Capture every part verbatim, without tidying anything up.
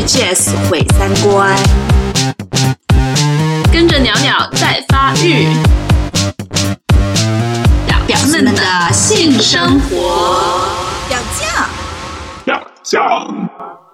Jazz 毁三观， 跟着鸟鸟在发育， 婊子们的性生活， 表酱， 表酱。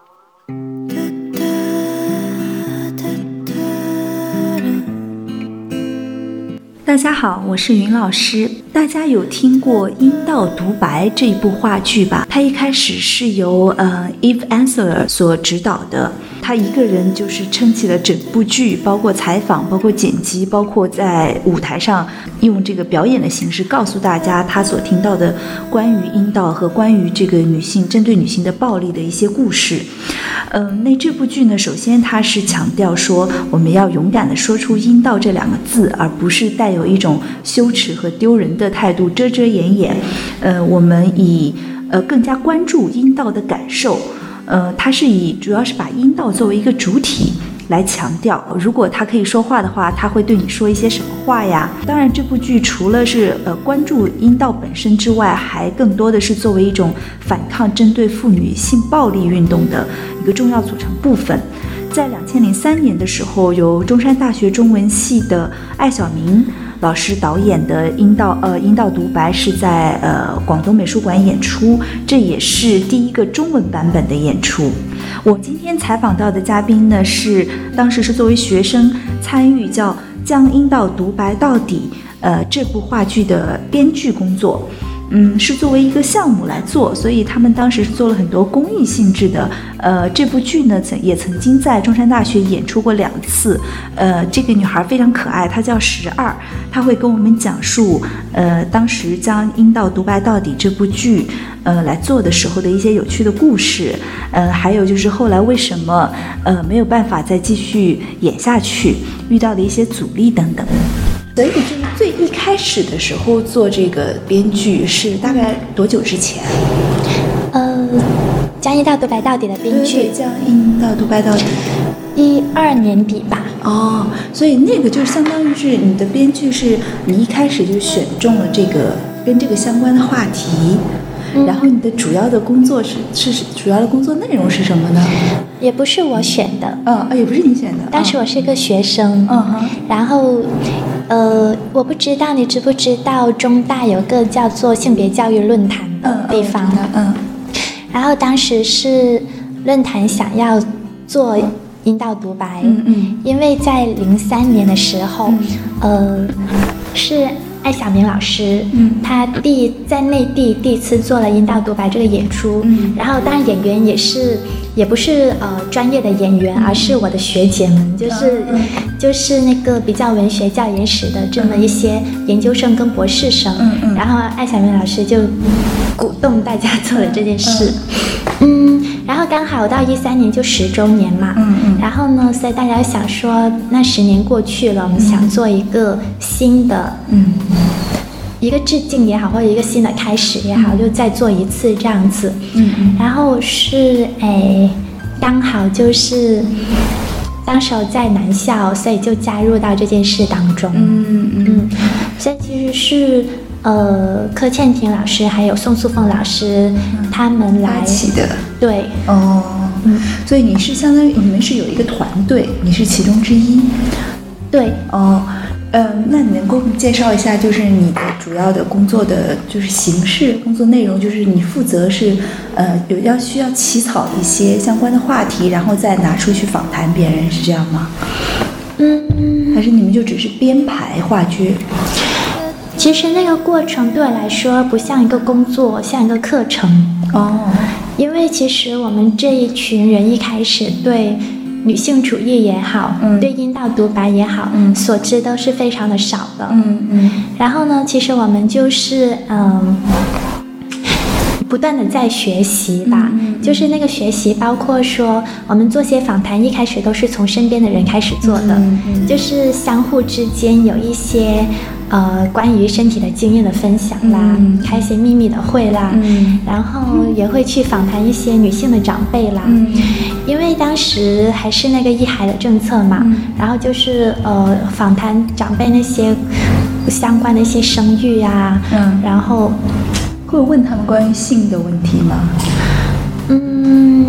大家好，我是云老师。大家有听过《阴道独白》这一部话剧吧？它一开始是由呃 Eve Ensler 所指导的，他一个人就是撑起了整部剧，包括采访，包括剪辑，包括在舞台上用这个表演的形式告诉大家他所听到的关于阴道和关于这个女性针对女性的暴力的一些故事。嗯、呃，那这部剧呢，首先它是强调说我们要勇敢地说出阴道这两个字，而不是带有一种羞耻和丢人的态度遮遮掩掩。呃，我们以呃更加关注阴道的感受。呃，它是以主要是把阴道作为一个主体来强调，如果他可以说话的话，他会对你说一些什么话呀？当然，这部剧除了是呃关注阴道本身之外，还更多的是作为一种反抗针对妇女性暴力运动的一个重要组成部分。在两千零三年的时候，由中山大学中文系的艾晓明老师导演的阴道呃阴道独白是在呃广东美术馆演出，这也是第一个中文版本的演出。我今天采访到的嘉宾呢，是当时是作为学生参与叫将阴道独白到底呃这部话剧的编剧工作。嗯，是作为一个项目来做，所以他们当时是做了很多公益性质的。呃，这部剧呢，曾也曾经在中山大学演出过两次。呃，这个女孩非常可爱，她叫十二，她会跟我们讲述，呃，当时将阴道独白到底这部剧，呃，来做的时候的一些有趣的故事。呃，还有就是后来为什么，呃，没有办法再继续演下去，遇到的一些阻力等等。所以就是最一开始的时候做这个编剧是大概多久之前？ 呃，将阴道独白到底的编剧， 将阴道独白到底， 一二年底吧。 哦，所以那个就是相当于是你的编剧是你一开始就选中了这个跟这个相关的话题。嗯、然后你的主要的工作是是主要的工作内容是什么呢？ 也不是我选的， 嗯，也不是你选的。 当时我是个学生， 嗯哼， 然后，呃，我不知道你知不知道中大有个叫做性别教育论坛的地方， 嗯，嗯然后当时是论坛想要做阴道独白， 嗯嗯， 因为在零三年的时候，嗯、呃，是。艾晓明老师，嗯，他第在内地第一次做了阴道独白这个演出，嗯，然后当然演员也是也不是呃专业的演员，而是我的学姐们，就是、嗯、就是那个比较文学教研室的这么一些研究生跟博士生，嗯嗯，然后艾晓明老师就鼓动大家做了这件事，嗯。嗯然后刚好到一三年就十周年嘛，嗯嗯，然后呢，所以大家想说，那十年过去了，我们想做一个新的，嗯，一个致敬也好，或者一个新的开始也好，嗯、就再做一次这样子，嗯嗯，然后是哎，刚好就是当时在南校，所以就加入到这件事当中，嗯嗯，所以其实是。呃，柯倩婷老师还有宋素凤老师，嗯、他们来一起的， 对， 哦，嗯，所以你是相当于你们是有一个团队，你是其中之一， 对， 哦，呃，那你能给我们介绍一下，就是你的主要的工作的就是形式、工作内容，就是你负责是呃有要需要起草一些相关的话题，然后再拿出去访谈别人，是这样吗？嗯，还是你们就只是编排话剧？ 其实那个过程对我来说不像一个工作，像一个课程哦。 因为其实我们这一群人一开始对女性主义也好，嗯、对阴道独白也好，嗯、所知都是非常的少的。嗯嗯。然后呢，其实我们就是嗯。不断的在学习吧，嗯嗯、就是那个学习，包括说我们做些访谈，一开始都是从身边的人开始做的，嗯嗯、就是相互之间有一些呃关于身体的经验的分享啦，嗯、开一些秘密的会啦，嗯、然后也会去访谈一些女性的长辈啦，嗯、因为当时还是那个一孩的政策嘛，嗯、然后就是呃访谈长辈那些相关的一些生育啊，嗯、然后。 会问他们关于性的问题吗？ 嗯，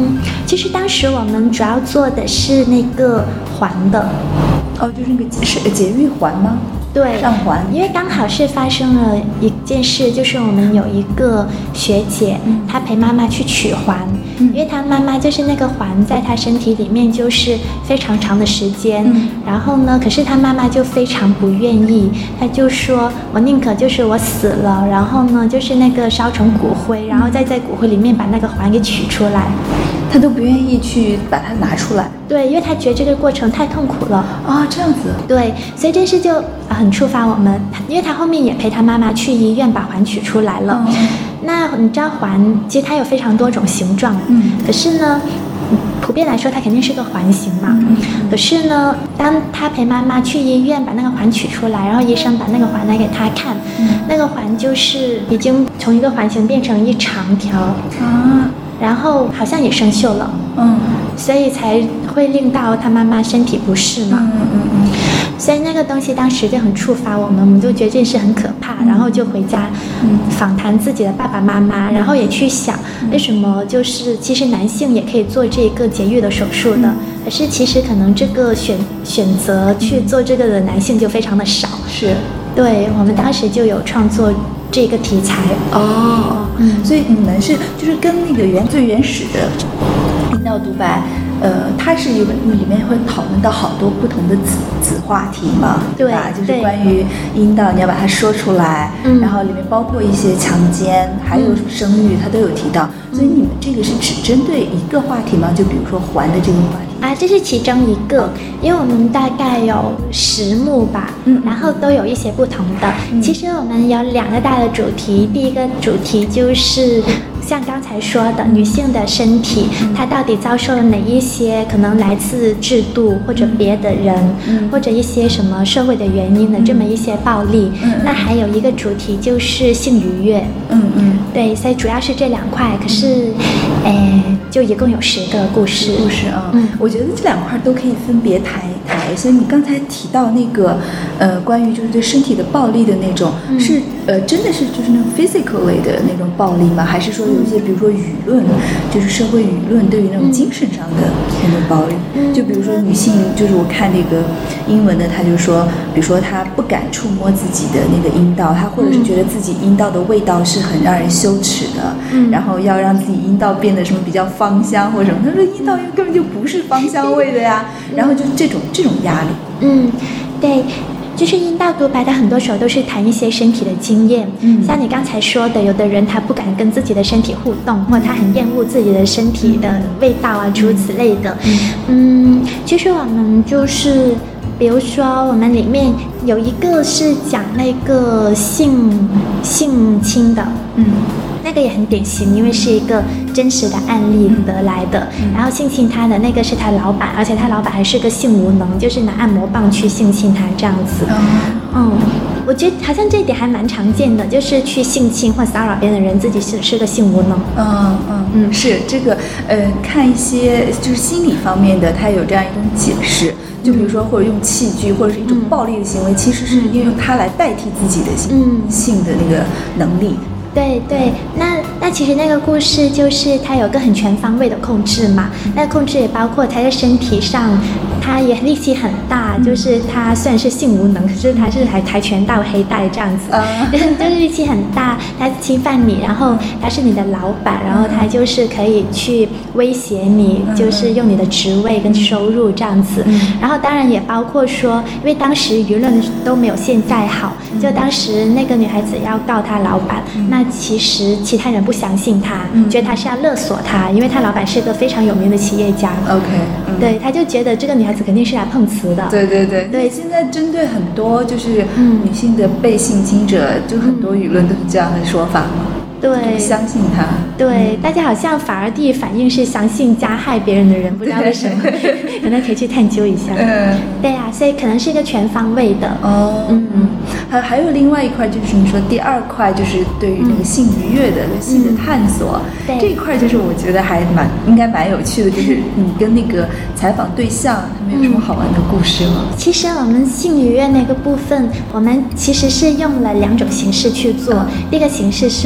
其实当时我们主要做的是那个环的。 哦，就是那个是节育环吗？ 对， 上环。 因为刚好是发生了一件事，就是我们有一个学姐，嗯、她陪妈妈去取环，嗯、因为她妈妈就是那个环在她身体里面就是非常长的时间，嗯、然后呢，可是她妈妈就非常不愿意，她就说我宁可就是我死了，然后呢就是那个烧成骨灰，然后再在骨灰里面把那个环给取出来， 她都不愿意去把它拿出来。 对，因为她觉得这个过程太痛苦了啊，这样子。 对，所以这事就很触发我们，因为她后面也陪她妈妈去医院把环取出来了。嗯、那你知道环其实它有非常多种形状，嗯，可是呢，普遍来说它肯定是个环形嘛。嗯、可是呢，当她陪妈妈去医院把那个环取出来，然后医生把那个环拿给她看，嗯、那个环就是已经从一个环形变成一长条啊，然后好像也生锈了。嗯。所以才会令到他妈妈身体不适嘛。嗯嗯嗯。所以那个东西当时就很触发我们，我们就觉得这事很可怕，嗯、然后就回家，嗯，访谈自己的爸爸妈妈，然后也去想，为什么就是其实男性也可以做这个节育的手术的，嗯、可是其实可能这个选选择去做这个的男性就非常的少。是。对，我们当时就有创作这个题材。 哦，嗯，所以你们是就是跟那个原最原始的阴道独白，呃，它是有里面会讨论到好多不同的子子话题嘛，对吧？就是关于阴道，你要把它说出来，嗯、然后里面包括一些强奸，还有生育，它都有提到。所以你们这个是只针对一个话题吗？就比如说环的这个话题。 啊，这是其中一个，因为我们大概有十幕吧，嗯，然后都有一些不同的。嗯、其实我们有两个大的主题，第一个主题就是像刚才说的，女性的身体，嗯、它到底遭受了哪一些可能来自制度或者别的人，嗯、或者一些什么社会的原因的这么一些暴力。嗯、那还有一个主题就是性愉悦。嗯嗯，对，所以主要是这两块。可是，哎，就一共有十个故事。 故事啊，嗯，我觉得这两块都可以分别谈一谈。所以你刚才提到那个，呃，关于就是对身体的暴力的那种，嗯、是呃，真的是就是那种 physically 的那种暴力吗？还是说有一些，比如说舆论，就是社会舆论对于那种精神上的那种暴力？嗯、就比如说女性，就是我看那个英文的，他就说，比如说她不敢触摸自己的那个阴道，她或者是觉得自己阴道的味道是很让人羞耻的，嗯、然后要让自己阴道变得什么比较芳香或者什么。她说阴道根本就不是芳香味的呀，然后就这种这种压力。 嗯，对。就是阴道独白的很多时候都是谈一些身体的经验，嗯，像你刚才说的，有的人他不敢跟自己的身体互动，或者他很厌恶自己的身体的味道啊，诸如此类的。嗯，其实我们就是，比如说我们里面有一个是讲那个性性侵的，嗯。那个也很典型，因为是一个真实的案例得来的。嗯、然后性侵他的那个是他老板，而且他老板还是个性无能，就是拿按摩棒去性侵他这样子。嗯，嗯我觉得好像这一点还蛮常见的，就是去性侵或骚扰别人的人自己是是个性无能。 嗯嗯嗯，是这个呃，看一些就是心理方面的，它有这样一种解释。就比如说，或者用器具，或者是一种暴力的行为，嗯、其实是用它来代替自己的性、嗯、性的那个能力。 对对，那那其实那个故事就是他有个很全方位的控制嘛，那控制也包括他在身体上，他也力气很大，就是他虽然是性无能，可是他是还跆拳道黑带这样子，嗯、就是力气很大，他侵犯你，然后他是你的老板，然后他就是可以去威胁你，就是用你的职位跟收入这样子，然后当然也包括说，因为当时舆论都没有现在好，就当时那个女孩子要告他老板，那其实其他人不相信他，嗯、觉得他是要勒索他，因为他老板是个非常有名的企业家。 OK，嗯、 对，他就觉得这个女孩子肯定是来碰瓷的。 对对对对，现在针对很多就是女性的被性侵者，嗯、就很多舆论都是这样的说法嘛。 对， 相信他。 对，嗯、大家好像反而第一反应是相信加害别人的人，不知道为什么，可能可以去探究一下。嗯，对啊，所以可能是一个全方位的。 哦，嗯嗯，还还有另外一块就是你说第二块就是对于那个性愉悦的、嗯、性的探索，嗯、这一块就是我觉得还蛮应该蛮有趣的，就是你跟那个采访对象他们有什么好玩的故事吗？ 嗯、其实我们性愉悦那个部分，我们其实是用了两种形式去做，嗯、第一个形式是我们自己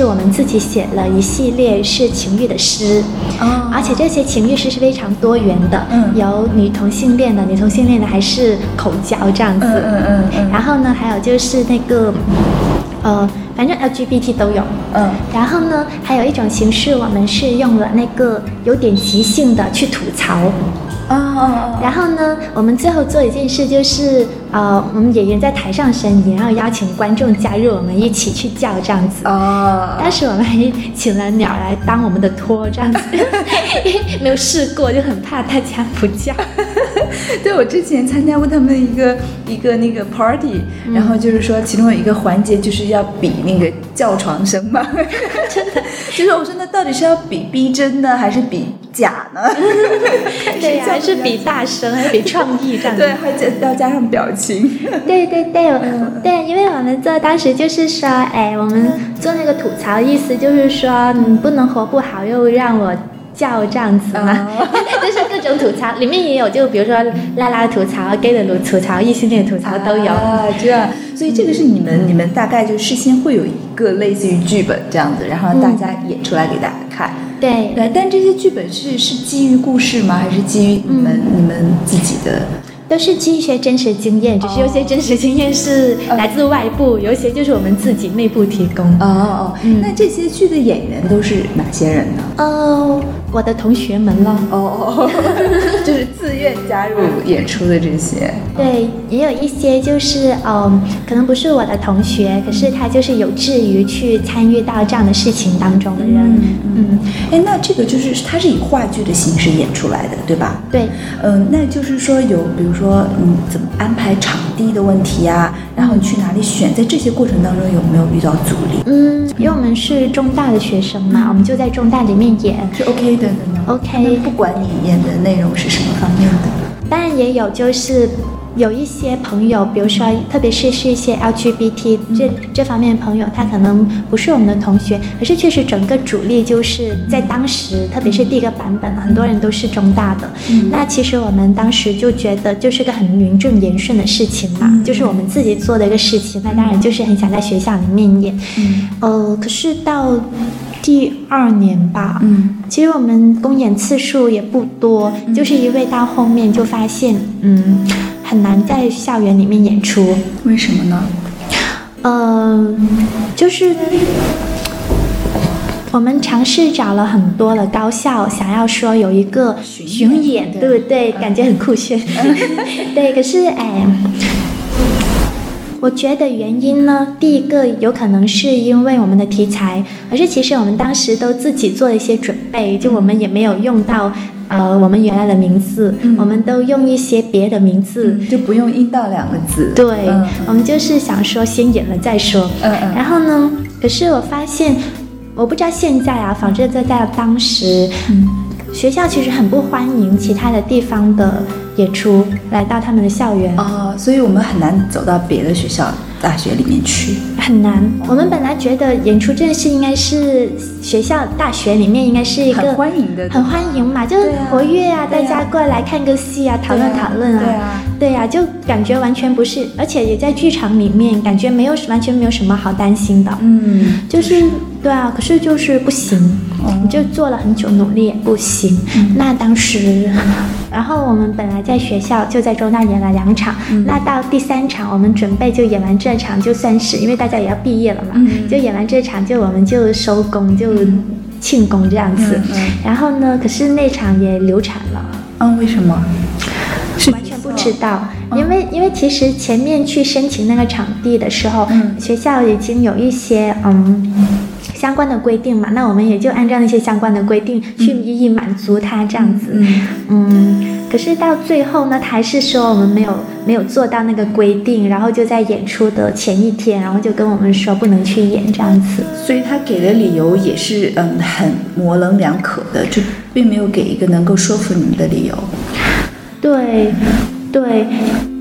己写了一系列是情欲的诗，哦，而且这些情欲诗是非常多元的，嗯，有女同性恋的，女同性恋的还是口交这样子，嗯嗯 嗯, 嗯，然后呢，还有就是那个，呃。反正 L G B T 都有，嗯，然后呢，还有一种形式，我们是用了那个有点即兴的去吐槽，哦，然后呢，我们最后做一件事就是，呃，我们演员在台上呻吟，然后邀请观众加入我们一起去叫这样子，哦，当时我们还请了鸟来当我们的托这样子，没有试过，就很怕大家不叫。 对，我之前参加过他们一个一个那个 party，嗯，然后就是说其中有一个环节就是要比那个叫床声嘛，真的，就是我说那到底是要比逼真呢，还是比假呢？ 对呀，还是比大声，还是比创意这样子？ 对，还要加上表情。 对对对，嗯，对，因为我们做当时就是说，哎，我们做那个吐槽，意思就是说，你不能活不好，又让我叫这样子嘛，就是各种吐槽，里面也有，就比如说拉拉吐槽、gay 的吐槽、异性恋吐槽都有啊，这样，所以这个是你们、嗯、你们大概就事先会有一个类似于剧本这样子，然后大家演出来给大家看。 嗯、对对，但这些剧本是是基于故事吗？还是基于你们、嗯、你们自己的？ 都是基于一些真实经验，只是有些真实经验是来自外部，哦，有一些就是我们自己内部提供。 哦哦，嗯，那这些剧的演员都是哪些人呢？ 哦，我的同学们了。 哦哦，就是自愿加入演出的这些。对， 也有一些就是嗯，可能不是我的同学，可是他就是有志于去参与到这样的事情当中的人。嗯嗯，哎、嗯，那这个就是它是以话剧的形式演出来的，对吧？ 对。 嗯、呃，那就是说有比如说。说嗯，怎么安排场地的问题啊，然后你去哪里选，在这些过程当中有没有遇到阻力？ 嗯，因为我们是中大的学生嘛，嗯、我们就在中大里面演， 是 OK 的呢。 OK， 不管你演的内容是什么方面的， 当然也有就是有一些朋友，比如说特别是是一些 L G B T 这这方面的朋友，他可能不是我们的同学，可是确实整个主力就是在当时，特别是第一个版本，很多人都是中大的。嗯、那其实我们当时就觉得就是个很名正言顺的事情嘛，嗯、就是我们自己做的一个事情，那当然就是很想在学校里面演。嗯、呃，可是到第二年吧，嗯，其实我们公演次数也不多，嗯、就是因为到后面就发现，嗯。很难在校园里面演出， 为什么呢？ 呃，就是我们尝试找了很多的高校，想要说有一个巡演，对不对？感觉很酷炫。对，可是哎，我觉得原因呢，第一个有可能是因为我们的题材，而是其实我们当时都自己做了一些准备，就我们也没有用到。呃，我们原来的名字，嗯、我们都用一些别的名字， 嗯、就不用阴道两个字。 对，嗯、我们就是想说先演了再说。嗯嗯。然后呢，可是我发现，我不知道现在啊，反正在在当时，嗯、学校其实很不欢迎其他的地方的演出来到他们的校园。 哦，所以我们很难走到别的学校、大学里面去。 很难。我们本来觉得演出这件事应该是学校、大学里面应该是一个很欢迎的， 很欢迎嘛，就是活跃啊，大家过来看个戏啊，讨论讨论啊， 对啊， 对啊，就感觉完全不是，而且也在剧场里面，感觉没有完全没有什么好担心的，嗯，就是对啊，可是就是不行，你就做了很久努力也不行，那当时。然后我们本来在学校就在中大演了两场，嗯、那到第三场我们准备就演完这场，就算是因为大家也要毕业了嘛，嗯、就演完这场就我们就收工就庆功这样子。嗯嗯、然后呢，可是那场也流产了。 嗯，为什么？ 完全不知道，因为因为其实前面去申请那个场地的时候，嗯、学校已经有一些嗯。相关的规定嘛，那我们也就按照那些相关的规定去一一满足他这样子。嗯, 嗯，可是到最后呢，他还是说我们没有没有做到那个规定，然后就在演出的前一天，然后就跟我们说不能去演这样子。 所以他给的理由也是嗯很模棱两可的，就并没有给一个能够说服你们的理由。 对，对。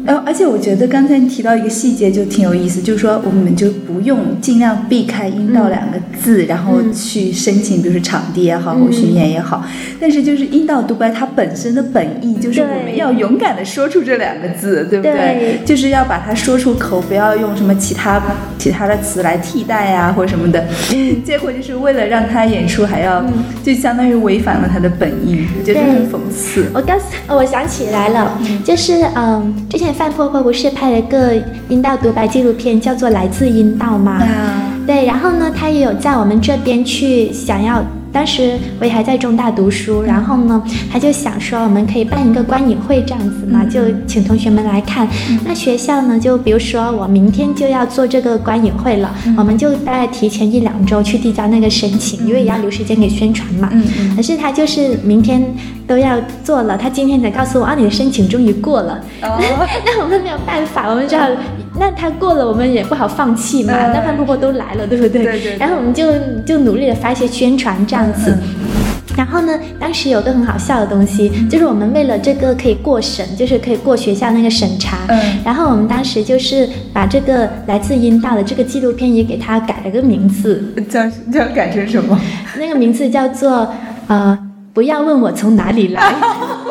呃，而且我觉得刚才你提到一个细节就挺有意思，就是说我们就不用尽量避开阴道两个字，嗯、然后去申请，比如说场地也好，或巡演也好。嗯、但是就是阴道独白它本身的本意就是我们要勇敢的说出这两个字，对不对？对，就是要把它说出口，不要用什么其他其他的词来替代啊，或者什么的。嗯，结果就是为了让他演出，还要、嗯、就相当于违反了他的本意，我觉得很讽刺。 我告诉，我想起来了，嗯、就是嗯，之前范婆婆不是拍了个阴道独白纪录片，叫做《来自阴道》吗？啊，对，然后呢，他也有在我们这边去想要。当时我也还在中大读书，然后呢，他就想说我们可以办一个观影会这样子嘛，就请同学们来看。嗯、那学校呢，就比如说我明天就要做这个观影会了，嗯、我们就大概提前一两周去递交那个申请，因为也要留时间给宣传嘛。嗯嗯。可是他就是明天都要做了，他今天才告诉我啊，你的申请终于过了。哦。那我们没有办法，我们就要。那他过了，我们也不好放弃嘛。嗯、那范婆婆都来了，对不对？对 对, 对。然后我们就就努力的发一些宣传这样子。嗯嗯、然后呢，当时有个很好笑的东西，嗯、就是我们为了这个可以过审，就是可以过学校那个审查。嗯。然后我们当时就是把这个来自阴道的这个纪录片也给它改了个名字， 叫叫改成什么？ 那个名字叫做呃，不要问我从哪里来。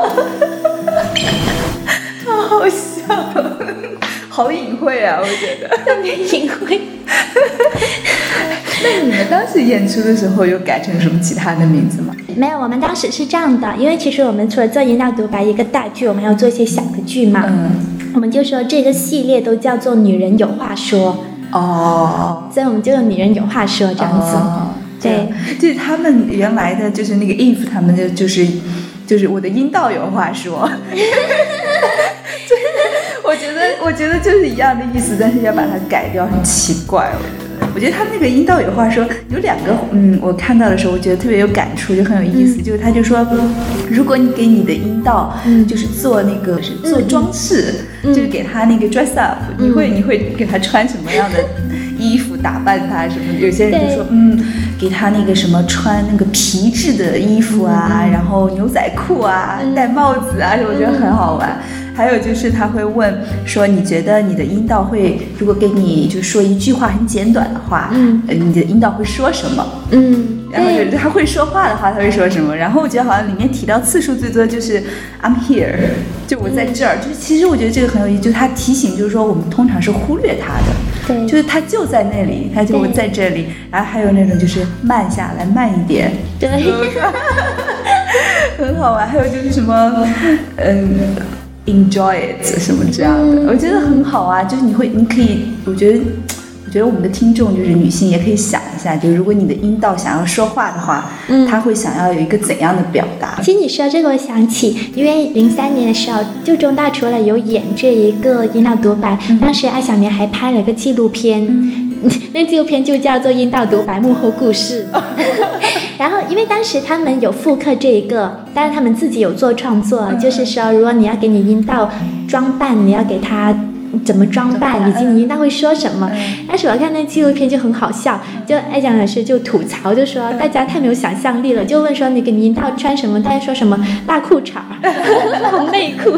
好好笑。好隐晦啊，我觉得特别隐晦。 那你们当时演出的时候有改成什么其他的名字吗？ 没有，我们当时是这样的，因为其实我们除了做阴道独白一个大剧，我们还要做一些小的剧嘛。嗯，我们就说这个系列都叫做女人有话说。哦，所以我们就用女人有话说这样子。哦、对， 就是他们原来的就是那个 Eve 他们的就是就是我的阴道有话说。我觉得，我觉得就是一样的意思，但是要把它改掉，很奇怪。我觉得，我觉得他那个阴道有话说，有两个，嗯，我看到的时候，我觉得特别有感触，就很有意思。嗯、就是他就说，如果你给你的阴道，嗯、就是做那个是做装饰，嗯、就是给他那个 dress up，、嗯、你会你会给他穿什么样的衣服打扮他什么？有些人就说，嗯，给他那个什么穿那个皮质的衣服啊，嗯、然后牛仔裤啊，嗯、戴帽子啊，我觉得很好玩。还有就是他会问说，你觉得你的阴道会，如果给你就说一句话很简短的话，嗯，你的阴道会说什么？嗯，然后就他会说话的话，他会说什么？然后我觉得好像里面提到次数最多就是 I'm here， 就我在这儿。嗯、就是其实我觉得这个很有意思，就是他提醒，就是说我们通常是忽略他的，对，就是他就在那里，他就在这里。然后还有那种就是慢下来，慢一点，对，很好玩。还有就是什么，嗯。enjoy it 什么这样的，嗯、我觉得很好啊。就是你会，你可以，我觉得，我觉得我们的听众就是女性也可以想一下，就是如果你的阴道想要说话的话，嗯，他会想要有一个怎样的表达？ 其实你说这个，我想起，因为零三年的时候，就中大除了有演这一个阴道独白，嗯、当时艾小棉还拍了一个纪录片。嗯那纪录片就叫做《阴道独白幕后故事》，然后因为当时他们有复刻这一个，但是他们自己有做创作，嗯、就是说如果你要给你阴道装扮，你要给它怎么装扮，以及你阴道会说什么。嗯、但是我看那纪录片就很好笑，就艾讲老师就吐槽，就说大家太没有想象力了，就问说你给你阴道穿什么，他就说什么大裤衩、红内裤。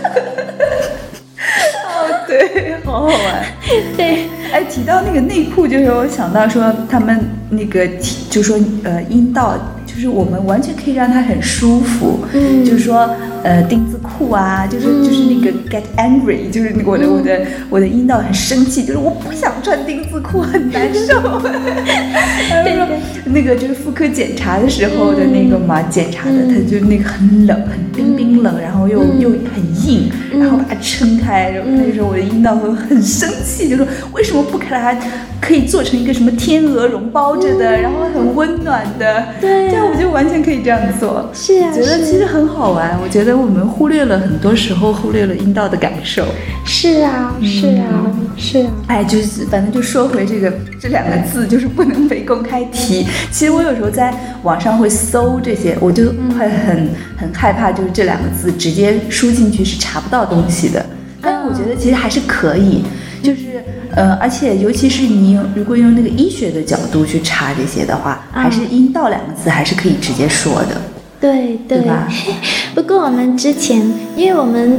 哦，对，好好玩。 对， 哎，提到那个内裤，就是我想到说他们那个，就说呃，阴道，就是我们完全可以让它很舒服。嗯，就是说呃，丁字裤啊，就是、嗯、就是那个 get angry， 就是我的、嗯、我的我的阴道很生气，就是我不想穿丁字裤，很难受。对对，那个就是妇科检查的时候的那个嘛，嗯、检查的，它就那个很冷，很冰冰冷，然后又、嗯、又很硬，然后把它撑开，然后他就说我的阴道会很生气，就说为什么不给它可以做成一个什么天鹅绒包着的，嗯、然后很温暖的，对、啊，这样我就完全可以这样做。 是啊， 觉得其实很好玩。我觉得我们忽略了很多时候忽略了阴道的感受。 是啊，是啊，嗯、是啊。 哎，就是反正就说回这个这两个字，就是不能被公开提。其实我有时候在网上会搜这些，我就会很很害怕，就是这两个字直接输进去是查不到东西的。但是我觉得其实还是可以，就是呃，而且尤其是你用如果用那个医学的角度去查这些的话，嗯、还是阴道两个字还是可以直接说的。 对 对, 对吧？不过我们之前，因为我们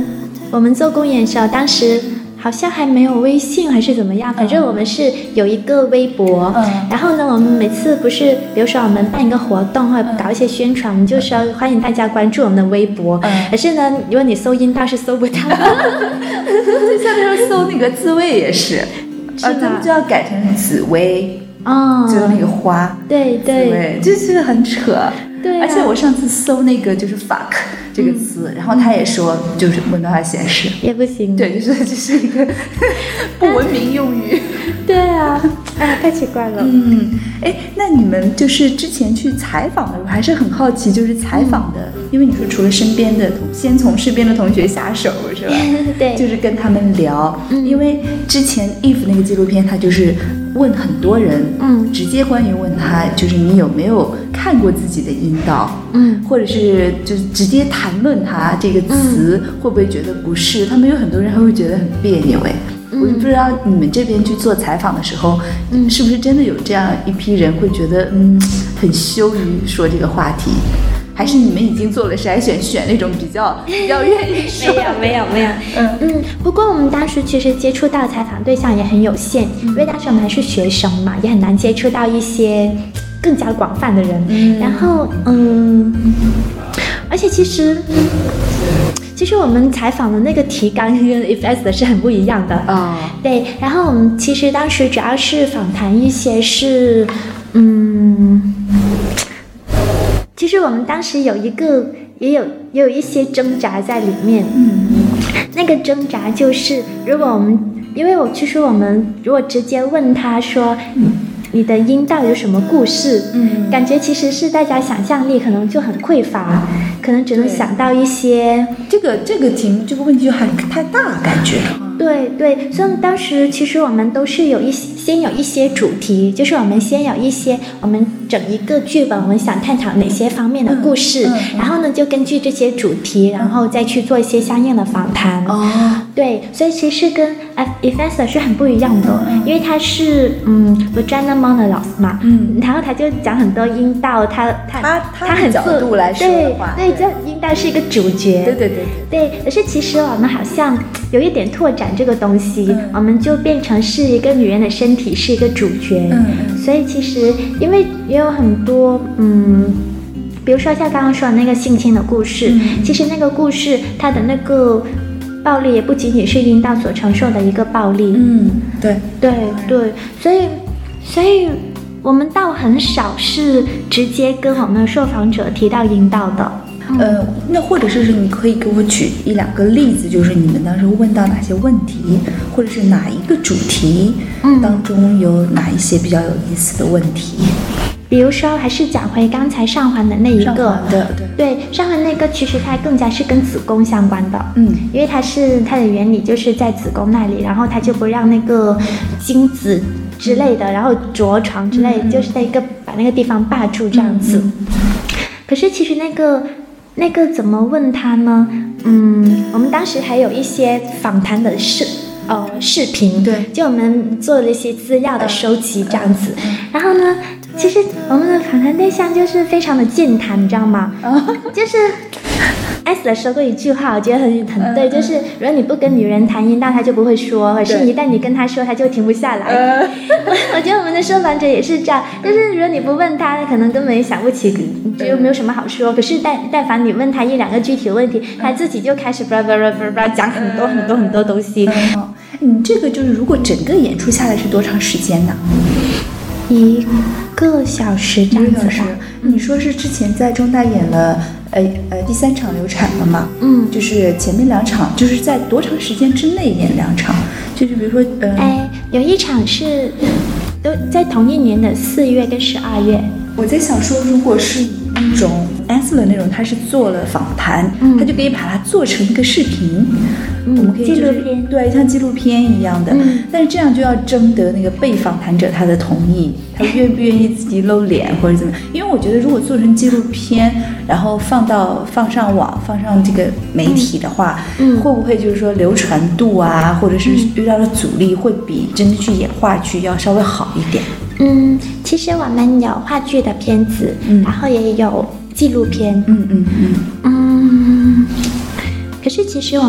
我们做公演的时候，当时好像还没有微信还是怎么样，反正我们是有一个微博，嗯、然后呢，我们每次不是，比如说我们办一个活动或者搞一些宣传，我们就说欢迎大家关注我们的微博。嗯、可是呢，如果你搜音道是搜不到的， 就像那时候搜那个自慰也是，啊，他们就要改成紫薇。哦，就是那个花， 对对， 就是很扯。 对、啊， 而且我上次搜那个就是 fuck 这个词，嗯、然后他也说就是没办法显示， 也不行。 对，就是这是一个不文明用语。 对啊，哎，太奇怪了。 嗯，哎，那你们就是之前去采访的时候，还是很好奇，就是采访的，嗯、因为你说除了身边的同，先从身边的同学下手是吧？ 对， 就是跟他们聊，嗯、因为之前 Eve 那个纪录片，他就是问很多人，嗯，直接关于问他，就是你有没有看过自己的阴道，嗯，或者是就是直接谈论他这个词，嗯、会不会觉得不适？他们有很多人还会觉得很别扭哎。我就不知道你们这边去做采访的时候，嗯，是不是真的有这样一批人会觉得嗯很羞于说这个话题，还是你们已经做了筛选，选那种比较比较愿意说？ 没有没有没有，嗯嗯。不过我们当时其实接触到采访对象也很有限，嗯、因为当时我们还是学生嘛，也很难接触到一些更加广泛的人。嗯、然后嗯，而且其实。其实我们采访的那个提纲跟 F S 的是很不一样的啊， oh. 对。然后我们其实当时主要是访谈一些是，嗯，其实我们当时有一个也有也有一些挣扎在里面，嗯，那个挣扎就是如果我们，因为我其实我们如果直接问他说。嗯你的阴道有什么故事？嗯，感觉其实是大家想象力可能就很匮乏，可能只能想到一些这个这个题目这个问题就还太大感觉。 对对，所以当时其实我们都是有一些先有一些主题，就是我们先有一些我们整一个剧本，我们想探讨哪些方面的故事，嗯嗯、然后呢就根据这些主题，然后再去做一些相应的访谈。哦，对，所以其实跟 F S 是很不一样的，嗯、因为它是嗯 vagina monologues 嘛，嗯，然后他就讲很多阴道，他他他他很角度来说的话， 对，这阴道是一个主角， 对对对对，可是其实我们好像有一点拓展这个东西，嗯、我们就变成是一个女人的身体是一个主角，嗯嗯，所以其实因为也有很多嗯。比如说像刚刚说的那个性侵的故事，嗯、其实那个故事它的那个暴力也不仅仅是阴道所承受的一个暴力， 嗯，对对对，所以所以我们倒很少是直接跟我们的受访者提到阴道的。 呃，那或者是你可以给我举一两个例子，就是你们当时问到哪些问题，或者是哪一个主题当中有哪一些比较有意思的问题。 比如说，还是讲回刚才上环的那一个， 上环的对对，上环那个其实它更加是跟子宫相关的，嗯，因为它是它的原理就是在子宫那里，然后它就不让那个精子之类的，然后着床之类，嗯、就是在一个把那个地方霸住这样子。嗯、可是其实那个那个怎么问他呢？嗯，我们当时还有一些访谈的视呃视频，对，就我们做了一些资料的收集这样子，嗯、然后呢。其实我们的访谈对象就是非常的健谈，你知道吗？哦、就是艾斯说过一句话，我觉得很很对，就是如果你不跟女人谈阴道，她就不会说；可是一旦你跟她说，她就停不下来。呃、我觉得我们的受访者也是这样，就是如果你不问她，她可能根本也想不起，就没有什么好说。可是但但凡你问她一两个具体的问题，她自己就开始叭叭叭叭叭讲很多很多很多东西。 嗯，你这个就是如果整个演出下来是多长时间呢？ 一个小时这样子吧。 你说是之前在中大演了呃呃第三场流产了嘛？嗯，就是前面两场就是在多长时间之内演两场？就是比如说呃， 哎，有一场是都在同一年的四月跟十二月。 我在想说，如果是那种 Ansler 那种，他是做了访谈，嗯、他就可以把它做成一个视频。 嗯、 我们可以、就是、 纪录片， 对，像纪录片一样的，嗯、但是这样就要征得那个被访谈者他的同意，他愿不愿意自己露脸或者怎么样？因为我觉得如果做成纪录片，然后放到放上网、放上这个媒体的话，嗯、会不会就是说流传度啊，或者是遇到的阻力会比真的去演话剧要稍微好一点？ 嗯，其实我们有话剧的片子，嗯、然后也有纪录片， 嗯嗯嗯嗯。可是其实我们的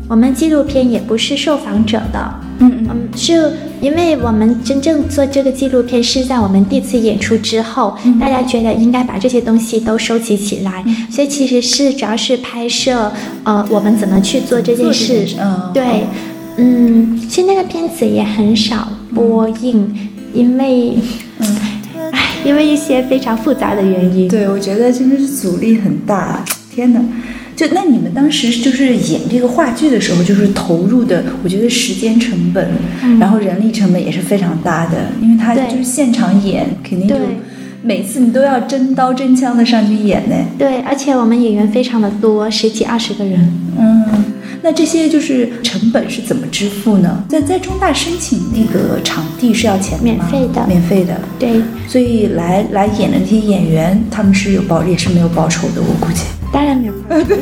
我们纪录片也不是受访者的， 嗯嗯，是因为我们真正做这个纪录片是在我们第一次演出之后，嗯、大家觉得应该把这些东西都收集起来，嗯、所以其实是主要是拍摄，呃，我们怎么去做这件事， 嗯、 对，嗯，其实那个片子也很少播映，嗯、因为，嗯，唉，因为一些非常复杂的原因。 对，我觉得真的是阻力很大，天哪！就那你们当时就是演这个话剧的时候，就是投入的，我觉得时间成本，嗯、然后人力成本也是非常大的，因为他就是现场演，肯定就每次你都要真刀真枪的上去演呢。 对，而且我们演员非常的多，十几二十个人。 嗯，那这些就是成本是怎么支付呢？在在中大申请那个场地是要钱的吗？ 免费的， 免费的。 对， 所以来来演的那些演员，他们是有报也是没有报酬的，我估计。 当然没有报酬。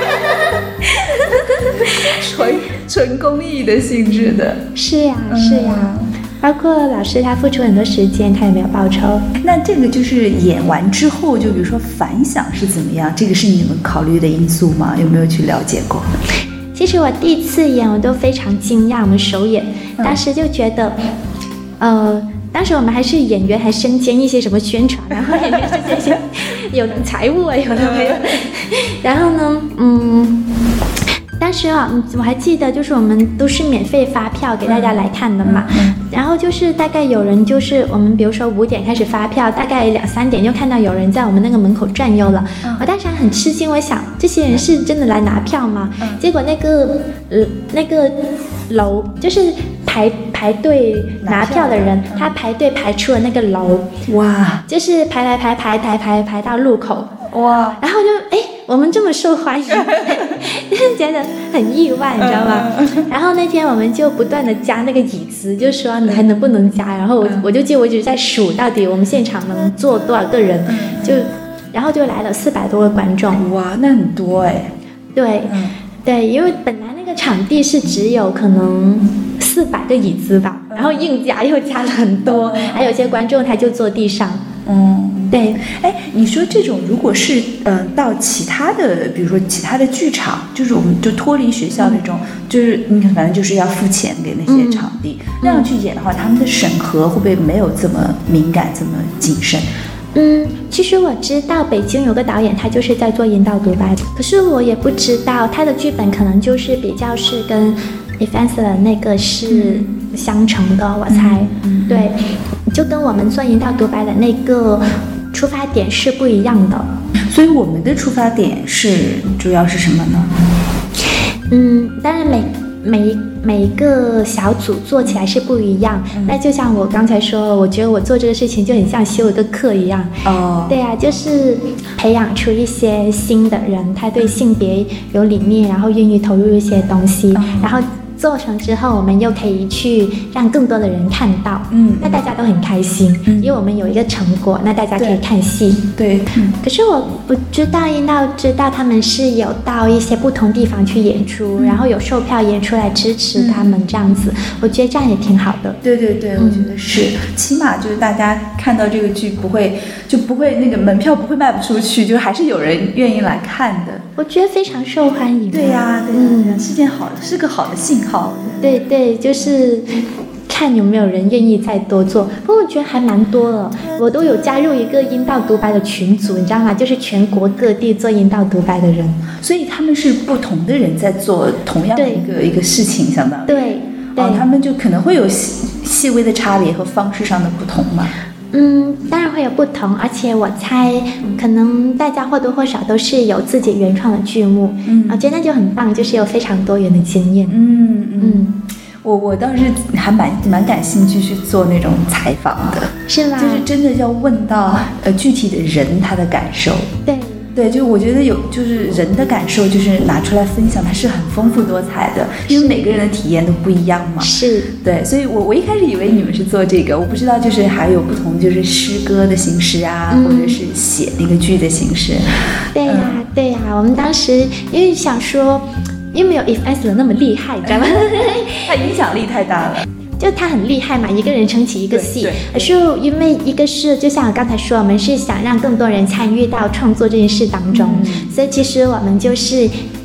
纯纯公益的性质的。 是呀，是呀。嗯，包括老师他付出很多时间，他也没有报酬。 那这个就是演完之后，就比如说反响是怎么样？这个是你们考虑的因素吗？有没有去了解过？ 其实我第一次演，我都非常惊讶。我们首演，当时就觉得，呃，当时我们还是演员，还身兼一些什么宣传，然后演员是这些有财务啊，有的没有。然后呢，嗯。当时啊，我还记得，就是我们都是免费发票给大家来看的嘛。嗯嗯、然后就是大概有人就是我们比如说五点开始发票，大概两三点就看到有人在我们那个门口转悠了。嗯、我当时还很吃惊，我想这些人是真的来拿票吗？嗯、结果那个呃那个楼就是排排队拿票的人，嗯、他排队排出了那个楼，哇，就是排排排排排排排到路口。哇，然后就哎，我们这么受欢迎，就是觉得很意外，你知道吗？然后那天我们就不断的加那个椅子，就说你还能不能加？然后我我就记得我一直在数，到底我们现场能坐多少个人，就然后就来了四百多个观众。 哇，那很多哎。 对，嗯、对，因为本来那个场地是只有可能四百个椅子吧，然后硬加又加了很多，还有些观众他就坐地上。嗯，对， 哎，你说这种如果是嗯、呃、到其他的，比如说其他的剧场，就是我们就脱离学校那种，嗯、就是你反正就是要付钱给那些场地，嗯、那样去演的话，他们的审核会不会没有这么敏感，这么谨慎？ 嗯，其实我知道北京有个导演，他就是在做引导独白的，可是我也不知道他的剧本可能就是比较是跟 Evansler 那个是相乘的，我猜，嗯、对。就跟我们做引导独白的那个出发点是不一样的， 所以我们的出发点是主要是什么呢？ 嗯，当然每每每一个小组做起来是不一样。嗯、那就像我刚才说，我觉得我做这个事情就很像修一个课一样。哦，对啊，就是培养出一些新的人，他对性别有理念，然后愿意投入一些东西，嗯、然后。做成之后，我们又可以去让更多的人看到，嗯，那大家都很开心，嗯，因为我们有一个成果，那大家可以看戏， 对，嗯。 可是我不知道，应道知道他们是有到一些不同地方去演出，嗯、然后有售票演出来支持他们这样子，嗯、我觉得这样也挺好的。 对对对，嗯、我觉得是，起码就是大家看到这个剧不会就不会那个门票不会卖不出去，就还是有人愿意来看的。 我觉得非常受欢迎。 对呀、啊，对呀、啊，嗯、是件好，是个好的信号。 对对，就是看有没有人愿意再多做。不过我觉得还蛮多了，我都有加入一个阴道独白的群组，你知道吗？就是全国各地做阴道独白的人， 所以他们是不同的人在做同样的一个一个事情，相当于对对、哦， 他们就可能会有细细微的差别和方式上的不同嘛。 嗯，当然会有不同，而且我猜可能大家或多或少都是有自己原创的剧目，嗯，我觉得那就很棒，就是有非常多元的经验。 嗯嗯，我我倒是还蛮蛮感兴趣去做那种采访的， 是吗？ 就是真的要问到呃具体的人他的感受。 对。 对，就我觉得有，就是人的感受，就是拿出来分享，它是很丰富多彩的，因为每个人的体验都不一样嘛。 是， 对，所以我我一开始以为你们是做这个，我不知道就是还有不同，就是诗歌的形式啊，嗯、或者是写那个剧的形式。 对呀、啊，嗯、对呀、啊，我们当时因为想说，因为没有 Evansler 那么厉害，你知道吗？ 他影响力太大了。 就他很厉害嘛，一个人撑起一个戏，而是因为一个是就像我刚才说，我们是想让更多人参与到创作这件事当中，嗯、所以其实我们就是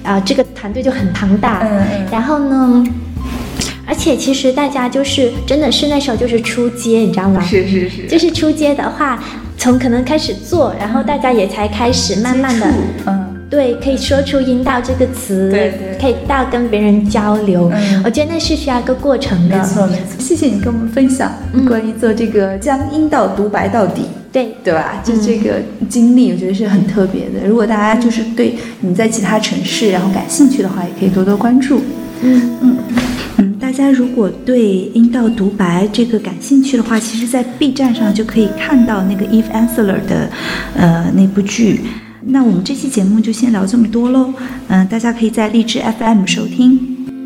呃，这个团队就很庞大。 嗯嗯。 然后呢，而且其实大家就是真的是那时候就是初阶，你知道吗？ 是是是。 就是初阶的话，从可能开始做，然后大家也才开始慢慢的， 嗯。 对，可以说出阴道这个词， 对对， 可以到跟别人交流。 嗯， 我觉得那是需要一个过程的。 没错没错，谢谢你跟我们分享关于做这个将阴道独白到底。 对对吧？就这个经历，我觉得是很特别的。如果大家就是对你在其他城市然后感兴趣的话，也可以多多关注。 嗯嗯嗯，大家如果对阴道独白这个感兴趣的话，其实在 B 站上就可以看到那个 Eve Ensler 的呃那部剧。那我们这期节目就先聊这么多喽，嗯、呃，大家可以在荔枝 F M 收听。